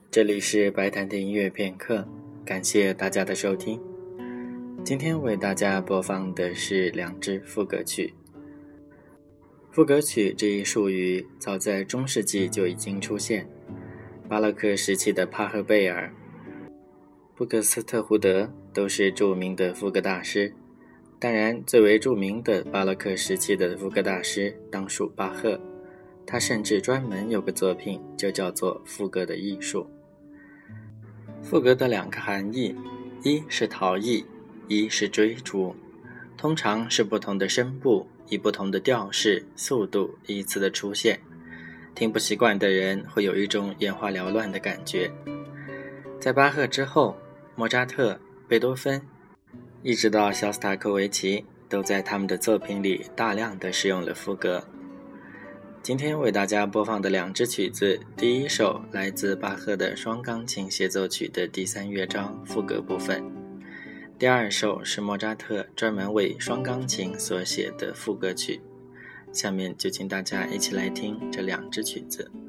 这里是白谈的音乐片刻，感谢大家的收听。今天为大家播放的是2支赋格曲。赋格曲这一术语早在中世纪就已经出现，巴洛克时期的帕赫贝尔、布克斯特胡德都是著名的赋格大师。当然，最为著名的巴洛克时期的赋格大师当属巴赫，他甚至专门有个作品就叫做赋格的艺术。赋格的2个含义，一是陶艺，一是追逐，通常是不同的声部以不同的调式、速度依次的出现，听不习惯的人会有一种眼花缭乱的感觉。在巴赫之后，莫扎特、贝多芬一直到肖斯塔科维奇都在他们的作品里大量的使用了赋格。今天为大家播放的2支曲子，第一首来自巴赫的双钢琴协奏曲的第3乐章赋格部分，第2首是莫扎特专门为双钢琴所写的赋格曲。下面就请大家一起来听这2支曲子。